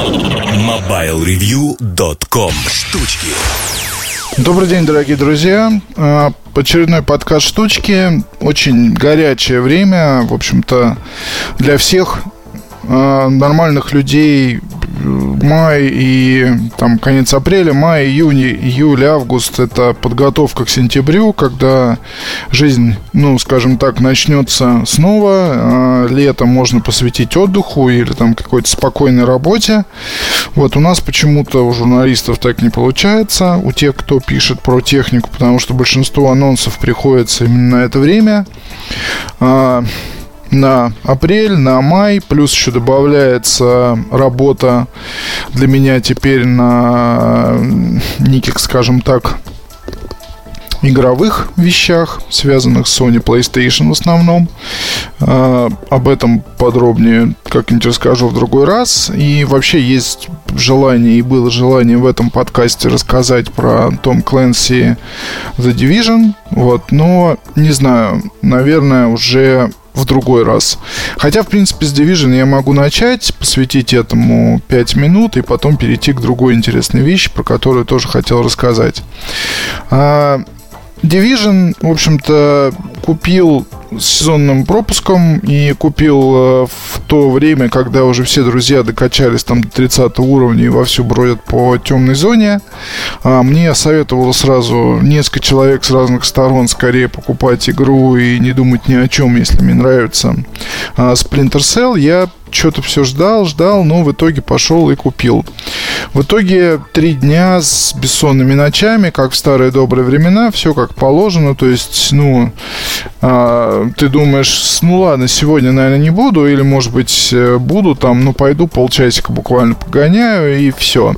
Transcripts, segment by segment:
MobileReview.com. Штучки. Добрый день, дорогие друзья. Очередной подкаст «Штучки». Очень горячее время, в общем-то, для всех нормальных людей. Май и там конец апреля, май, июнь, июль, август — это подготовка к сентябрю, когда жизнь, скажем так, начнется снова. Лето можно посвятить отдыху или там какой-то спокойной работе. Вот у нас почему-то у журналистов так не получается, у тех, кто пишет про технику, потому что большинство анонсов приходится именно на это время. На апрель, на май, плюс еще добавляется работа для меня теперь на неких, скажем так, игровых вещах, связанных с Sony PlayStation в основном. Об этом подробнее как-нибудь расскажу в другой раз. И вообще есть желание, и было желание в этом подкасте рассказать про Tom Clancy The Division. Вот, но не знаю, наверное, уже в другой раз. Хотя, в принципе, с Division я могу начать, посвятить этому 5 минут и потом перейти к другой интересной вещи, про которую тоже хотел рассказать. Division, в общем-то, купил с сезонным пропуском и купил в то время, когда уже все друзья докачались там до 30 уровня и вовсю бродят по темной зоне. Мне советовало сразу несколько человек с разных сторон скорее покупать игру и не думать ни о чем, если мне нравится Splinter Cell. Я что-то все ждал, но в итоге пошел и купил. В итоге 3 дня с бессонными ночами, как в старые добрые времена, все как положено. То есть, ты думаешь, ладно, сегодня, наверное, не буду, или, может быть, буду там, пойду полчасика буквально погоняю, и все.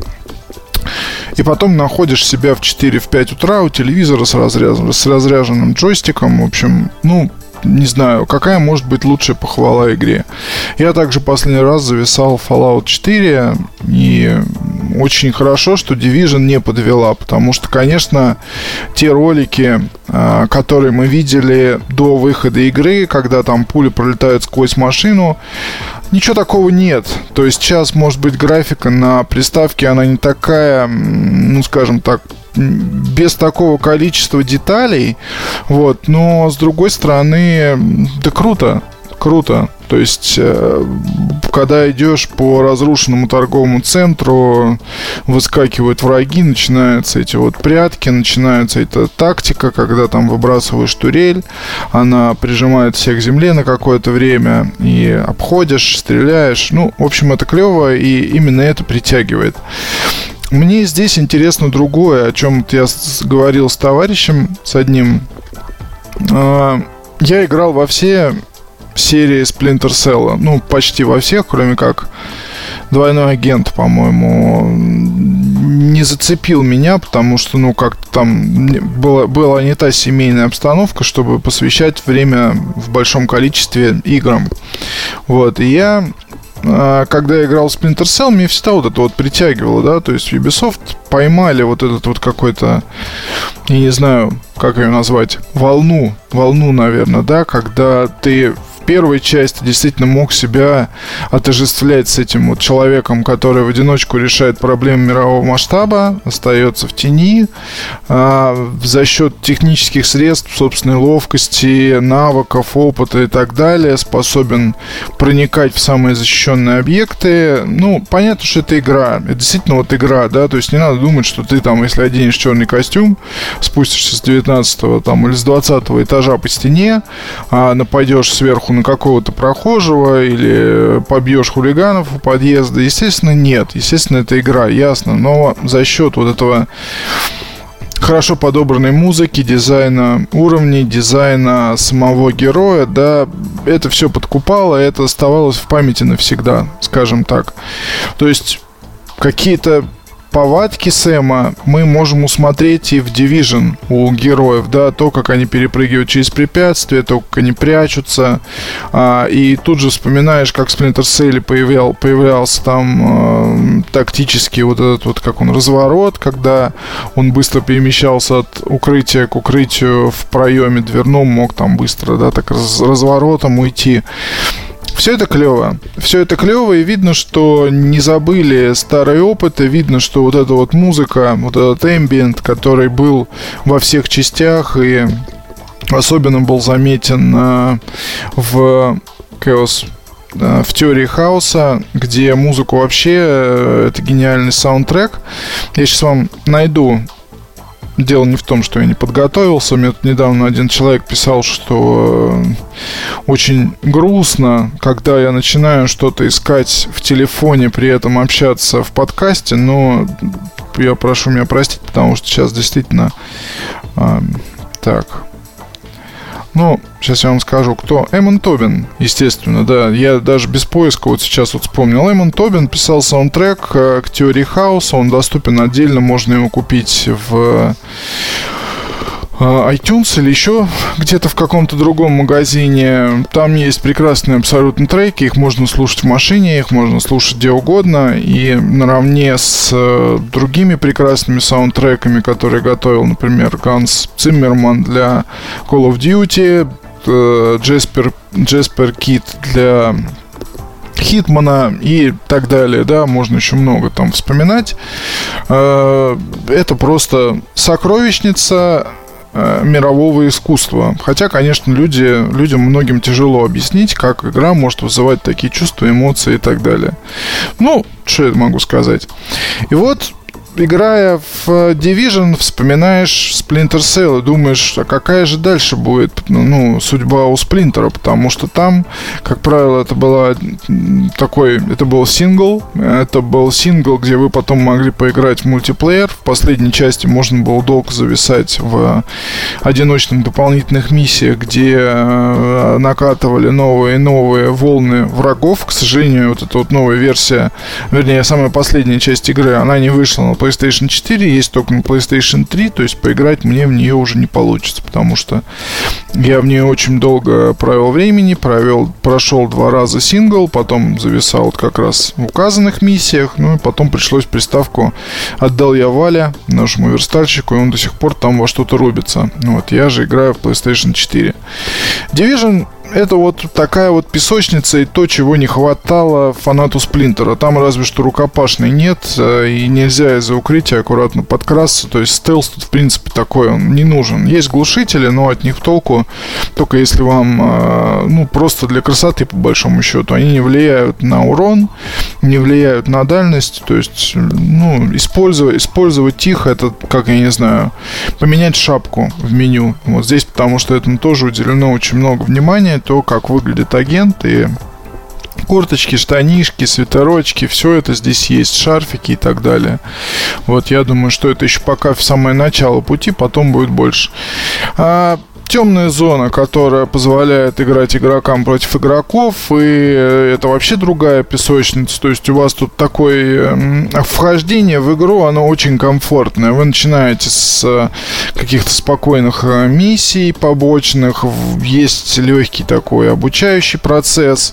И потом находишь себя в 4-5 утра у телевизора с разряженным джойстиком. В общем, не знаю, какая может быть лучшая похвала игре. Я также последний раз зависал Fallout 4, и очень хорошо, что Division не подвела, потому что, конечно, те ролики, которые мы видели до выхода игры, когда там пули пролетают сквозь машину, ничего такого нет. То есть сейчас, может быть, графика на приставке, она не такая, скажем так, без такого количества деталей, вот, но с другой стороны, да круто. То есть, когда идешь по разрушенному торговому центру, выскакивают враги, начинаются эти прятки, начинается эта тактика, когда там выбрасываешь турель, она прижимает всех к земле на какое-то время, и обходишь, стреляешь. В общем, это клево, и именно это притягивает. Мне здесь интересно другое, о чем я говорил с товарищем, с одним. Я играл во все серии Splinter Cell, почти во всех, кроме как Двойной агент, по-моему, не зацепил меня, потому что, как-то там была не та семейная обстановка, чтобы посвящать время в большом количестве играм. Вот, и я, когда я играл в Splinter Cell, мне всегда это притягивало, да, то есть Ubisoft поймали этот какой-то, я не знаю, как ее назвать, волну, наверное, да, когда ты в первой части действительно мог себя отождествлять с этим человеком, который в одиночку решает проблемы мирового масштаба, остается в тени, за счет технических средств, собственной ловкости, навыков, опыта и так далее, способен проникать в самые защищенные объекты. Понятно, что это игра. Это действительно игра, да, то есть не надо думать, что ты там, если оденешь черный костюм, спустишься с 19-го или с 20-го этажа по стене, нападешь сверху на какого-то прохожего или побьешь хулиганов у подъезда. Естественно, нет. Естественно, это игра, ясно. Но за счет этого хорошо подобранной музыки, дизайна уровней, дизайна самого героя, да, это все подкупало, это оставалось в памяти навсегда, скажем так. То есть какие-то повадки Сэма мы можем усмотреть и в Division у героев, да, то, как они перепрыгивают через препятствия, то, как они прячутся, и тут же вспоминаешь, как в Splinter Cell появлялся там тактический этот как он, разворот, когда он быстро перемещался от укрытия к укрытию в проеме дверном, мог там быстро, да, так разворотом уйти. Все это клево. Все это клево, и видно, что не забыли старые опыты. Видно, что вот эта вот музыка, вот этот эмбиент, который был во всех частях, и особенно был заметен в Chaos, в теории хаоса, где музыку вообще, это гениальный саундтрек. Я сейчас вам найду. Дело не в том, что я не подготовился. Мне тут недавно один человек писал, что очень грустно, когда я начинаю что-то искать в телефоне, при этом общаться в подкасте. Но я прошу меня простить, потому что сейчас действительно так. Ну, сейчас я вам скажу, кто. Эмон Тобин, естественно, да. Я даже без поиска вот сейчас вот вспомнил. Эмон Тобин писал саундтрек к теории хаоса. Он доступен отдельно, можно его купить в iTunes или еще где-то в каком-то другом магазине. Там есть прекрасные абсолютно треки. Их можно слушать в машине, их можно слушать где угодно. И наравне с другими прекрасными саундтреками, которые готовил, например, Ганс Циммерман для Call of Duty, Джеспер Кит для Хитмана и так далее, да, можно еще много там вспоминать. Это просто сокровищница мирового искусства. Хотя, конечно, людям многим тяжело объяснить, как игра может вызывать такие чувства, эмоции и так далее. Ну, что я могу сказать? И вот, играя в Division, вспоминаешь Splinter Cell и думаешь, а какая же дальше будет, судьба у Сплинтера, потому что там, как правило, это был сингл, где вы потом могли поиграть в мультиплеер. В последней части можно было долго зависать в одиночных дополнительных миссиях, где накатывали новые и новые волны врагов. К сожалению, вот эта вот новая версия, вернее, самая последняя часть игры, она не вышла на PlayStation 4, есть только на PlayStation 3, то есть поиграть мне в нее уже не получится, потому что я в нее очень долго провел времени, прошел 2 раза сингл, потом зависал вот как раз в указанных миссиях, ну и потом пришлось приставку, отдал я Вале, нашему верстальщику, и он до сих пор там во что-то рубится. Вот, я же играю в PlayStation 4. Division — это вот такая вот песочница и то, чего не хватало фанату Сплинтера. Там разве что рукопашной нет, и нельзя из-за укрытия аккуратно подкрасться. То есть стелс тут, в принципе, такой он не нужен. Есть глушители, но от них толку только если вам, просто для красоты, по большому счету. Они не влияют на урон, не влияют на дальность. То есть, использовать их — это, как, я не знаю, поменять шапку в меню. Вот здесь, потому что этому тоже уделено очень много внимания. То, как выглядит агент, и курточки, штанишки, свитерочки, все это здесь есть, шарфики и так далее. Вот, я думаю, что это еще пока в самое начало пути, потом будет больше. Темная зона, которая позволяет играть игрокам против игроков, и это вообще другая песочница. То есть у вас тут такое вхождение в игру, оно очень комфортное. Вы начинаете с каких-то спокойных миссий побочных, есть легкий такой обучающий процесс.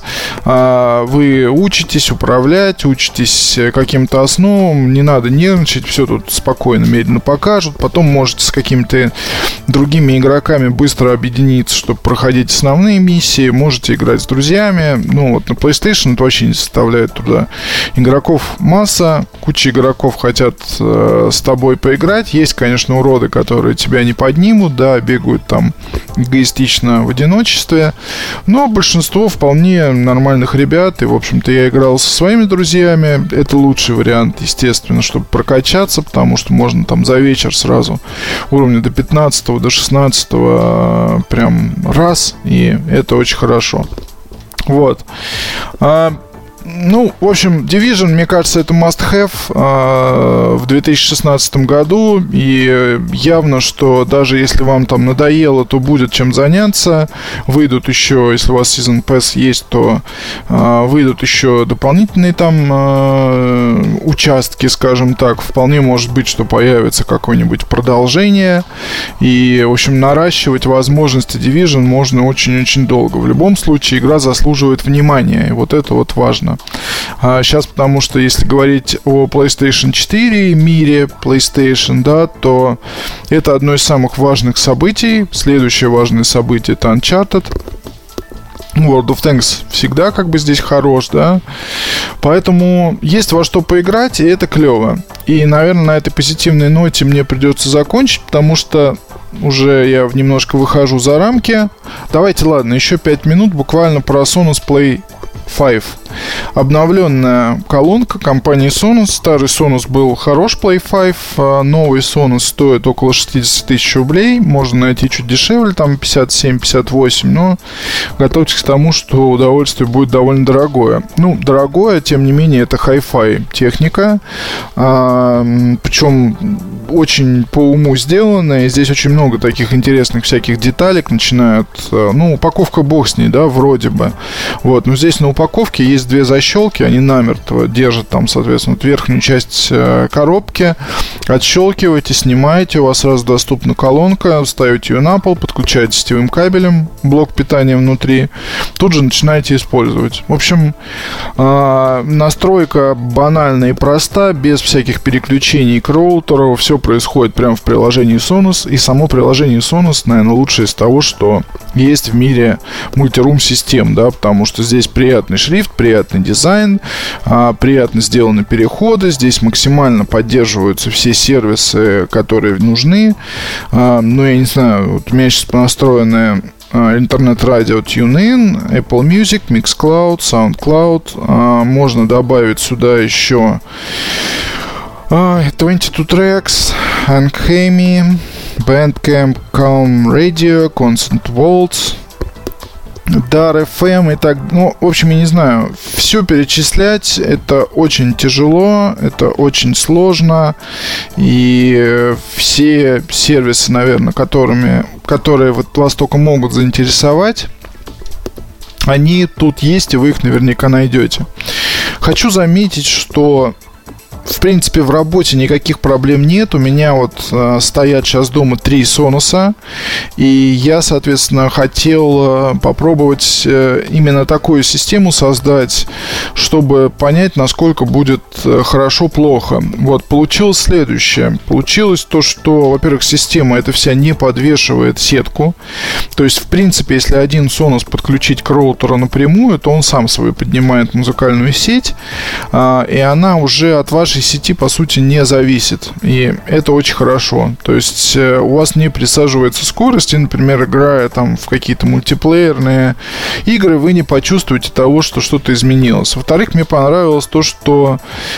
Вы учитесь управлять, учитесь каким-то основам, не надо нервничать, все тут спокойно, медленно покажут. Потом можете с какими-то другими игроками быстро объединиться, чтобы проходить основные миссии. Можете играть с друзьями. На PlayStation это вообще не составляет труда. Игроков масса, куча игроков хотят с тобой поиграть. Есть, конечно, уроды, которые тебя не поднимут, да, бегают там эгоистично в одиночестве. Но большинство вполне нормальных ребят. И, в общем-то, я играл со своими друзьями. Это лучший вариант, естественно, чтобы прокачаться, потому что можно там за вечер сразу уровня до 15, до 16 прям раз, и это очень хорошо. Вот. В общем, Division, мне кажется, это must-have в 2016 году. И явно, что даже если вам там надоело, то будет чем заняться. Выйдут еще, если у вас Season Pass есть, то выйдут еще дополнительные там участки, скажем так. Вполне может быть, что появится какое-нибудь продолжение. И, в общем, наращивать возможности Division можно очень-очень долго. В любом случае, игра заслуживает внимания. И вот это вот важно. Сейчас, потому что если говорить о PlayStation 4, мире PlayStation, да, то это одно из самых важных событий. Следующее важное событие — это Uncharted. World of Tanks всегда как бы здесь хорош, да. Поэтому есть во что поиграть, и это клево. И, наверное, на этой позитивной ноте мне придется закончить, потому что уже я немножко выхожу за рамки. Давайте, ладно, еще 5 минут буквально про Sonos Play 5. Обновленная колонка компании Sonos. Старый Sonos был хорош, Play 5. Новый Sonos стоит около 60 тысяч рублей. Можно найти чуть дешевле, там 57-58. Но готовьтесь к тому, что удовольствие будет довольно дорогое. Ну, дорогое, тем не менее, это Hi-Fi техника. Причем очень по уму сделанная. И здесь очень много таких интересных всяких деталек. Начинают, ну, упаковка бог с ней, да, вроде бы. Вот, но здесь на упаковке есть две защелки, они намертво держат там, соответственно, верхнюю часть коробки. Отщелкиваете, снимаете, у вас сразу доступна колонка, ставите ее на пол, подключаете сетевым кабелем, блок питания внутри, тут же начинаете использовать. В общем, настройка банальная и проста, без всяких переключений к роутеру, все происходит прямо в приложении Sonos, и само приложение Sonos, наверное, лучшее из того, что есть в мире мультирум систем, да, потому что здесь приятный шрифт, приятный дизайн, приятно сделаны переходы, здесь максимально поддерживаются все сервисы, которые нужны. Ну, я не знаю, вот у меня сейчас настроены интернет-радио TuneIn, Apple Music, Mixcloud, SoundCloud. Можно добавить сюда еще 22 Tracks, Uncanny, Bandcamp, Calm Radio, Constant Volts, DAR FM и так, ну, в общем, я не знаю, все перечислять это очень тяжело, это очень сложно, и все сервисы, наверное, которые вот вас только могут заинтересовать, они тут есть, и вы их наверняка найдете. Хочу заметить, что в принципе, в работе никаких проблем нет. У меня вот стоят сейчас дома 3 Sonos'а, и я, соответственно, хотел попробовать именно такую систему создать, чтобы понять, насколько будет хорошо-плохо. Вот, получилось следующее. Получилось то, что, во-первых, система эта вся не подвешивает сетку. То есть, в принципе, если один Sonos подключить к роутеру напрямую, то он сам свою поднимает музыкальную сеть, и она уже от вашей сети, по сути, не зависит. И это очень хорошо. То есть у вас не присаживается скорость, и, например, играя там в какие-то мультиплеерные игры, вы не почувствуете того, что что-то изменилось. Во-вторых, мне понравилось то, что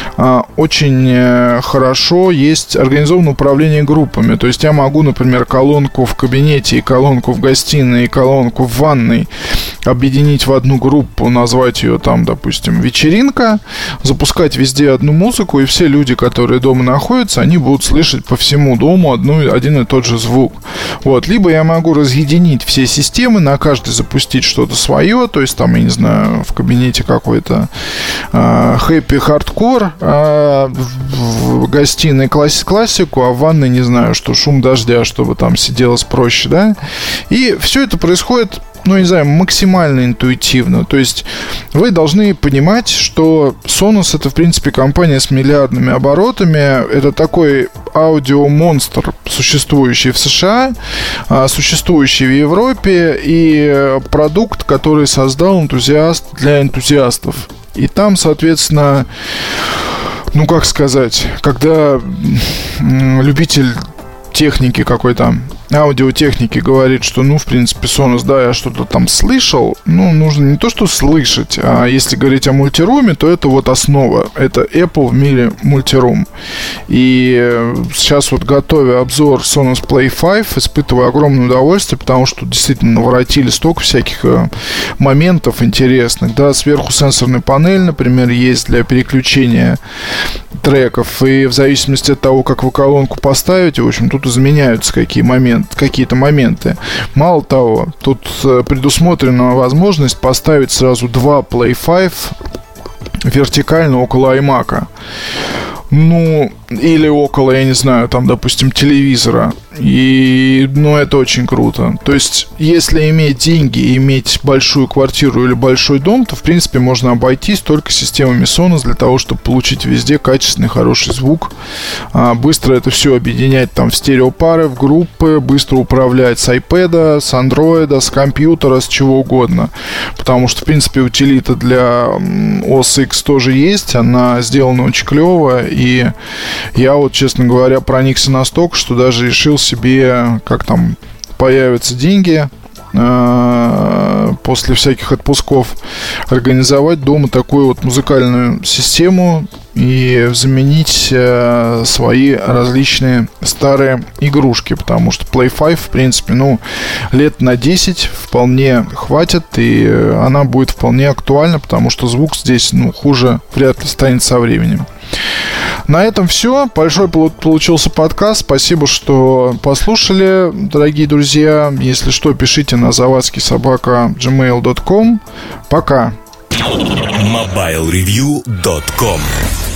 очень хорошо есть организованное управление группами. То есть я могу, например, колонку в кабинете, и колонку в гостиной, и колонку в ванной объединить в одну группу, назвать ее там, допустим, вечеринка, запускать везде одну музыку, и все люди, которые дома находятся, они будут слышать по всему дому один и тот же звук. Вот. Либо я могу разъединить все системы, на каждой запустить что-то свое, то есть там, я не знаю, в кабинете какой-то хэппи хардкор, в гостиной классику, а в ванной, не знаю, что шум дождя, чтобы там сиделось проще, да. И все это происходит, ну, не знаю, максимально интуитивно. То есть вы должны понимать, что Sonos — это, в принципе, компания с миллиардными оборотами. Это такой аудиомонстр, существующий в США, существующий в Европе, и продукт, который создал энтузиаст для энтузиастов. И там, соответственно, ну, как сказать, когда любитель техники какой-то, аудиотехники говорит, что, ну, в принципе, Sonos, да, я что-то там слышал. Ну, нужно не то, что слышать, а если говорить о мультируме, то это вот основа. Это Apple в мире мультирум. И сейчас вот, готовя обзор Sonos Play 5, испытываю огромное удовольствие, потому что действительно наворотили столько всяких моментов интересных. Да, сверху сенсорная панель, например, есть для переключения треков. И в зависимости от того, как вы колонку поставите, в общем, тут изменяются какие-то моменты. Мало того, тут предусмотрена возможность поставить сразу 2 Play 5 вертикально около iMac'а. Ну, или около, я не знаю, там, допустим, телевизора. И, это очень круто. То есть, если иметь деньги, иметь большую квартиру или большой дом, то, в принципе, можно обойтись только системами Sonos для того, чтобы получить везде качественный, хороший звук. Быстро это все объединять там в стереопары, в группы, быстро управлять с iPad, с Android, с компьютера, с чего угодно. Потому что, в принципе, утилита для OS X тоже есть. Она сделана очень клево. И я честно говоря, проникся настолько, что даже решил себе, как там появятся деньги после всяких отпусков, организовать дома такую музыкальную систему и заменить свои различные старые игрушки, потому что Play 5, в принципе, лет на 10 вполне хватит, и она будет вполне актуальна, потому что звук здесь, хуже вряд ли станет со временем. На этом все. Большой получился подкаст. Спасибо, что послушали, дорогие друзья. Если что, пишите на завадский@gmail.com. Пока. MobileReview.com